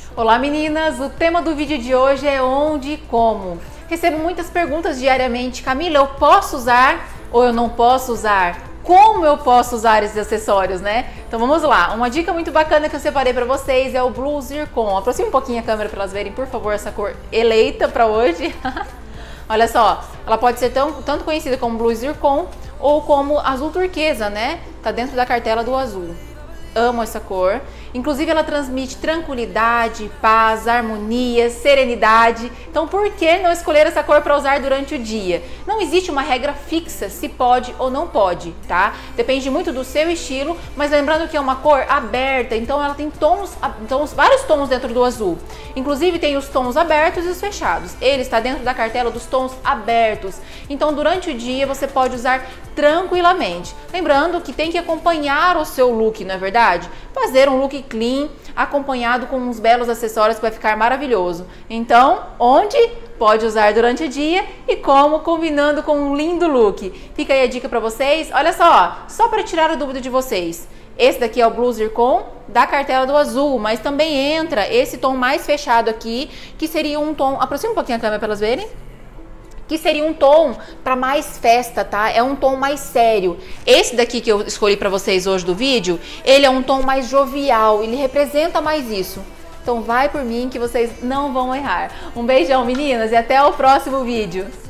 Olá meninas, o tema do vídeo de hoje é onde e como. Recebo muitas perguntas diariamente. Camila, eu posso usar ou eu não posso usar? Como eu posso usar esses acessórios, né? Então vamos lá, uma dica muito bacana que eu separei pra vocês é o Blue Zircon. Aproxime um pouquinho a câmera pra elas verem, por favor, essa cor eleita pra hoje. Olha só, ela pode ser tanto conhecida como Blue Zircon ou como azul turquesa, né? Tá dentro da cartela do azul. Amo essa cor. Inclusive ela transmite tranquilidade, paz, harmonia, serenidade. Então por que não escolher essa cor para usar durante o dia? Não existe uma regra fixa se pode ou não pode, tá? Depende muito do seu estilo, mas lembrando que é uma cor aberta, então ela tem vários tons dentro do azul. Inclusive tem os tons abertos e os fechados. Ele está dentro da cartela dos tons abertos. Então durante o dia você pode usar tranquilamente. Lembrando que tem que acompanhar o seu look, não é verdade? Fazer um look clean, acompanhado com uns belos acessórios que vai ficar maravilhoso. Então, onde pode usar durante o dia e como combinando com um lindo look. Fica aí a dica para vocês. Olha só para tirar a dúvida de vocês. Esse daqui é o Blue Zircon da cartela do azul, mas também entra esse tom mais fechado aqui, que seria um tom... Aproxima um pouquinho a câmera para elas verem. Que seria um tom para mais festa, tá? É um tom mais sério. Esse daqui que eu escolhi para vocês hoje do vídeo, ele é um tom mais jovial, ele representa mais isso. Então vai por mim que vocês não vão errar. Um beijão, meninas, e até o próximo vídeo.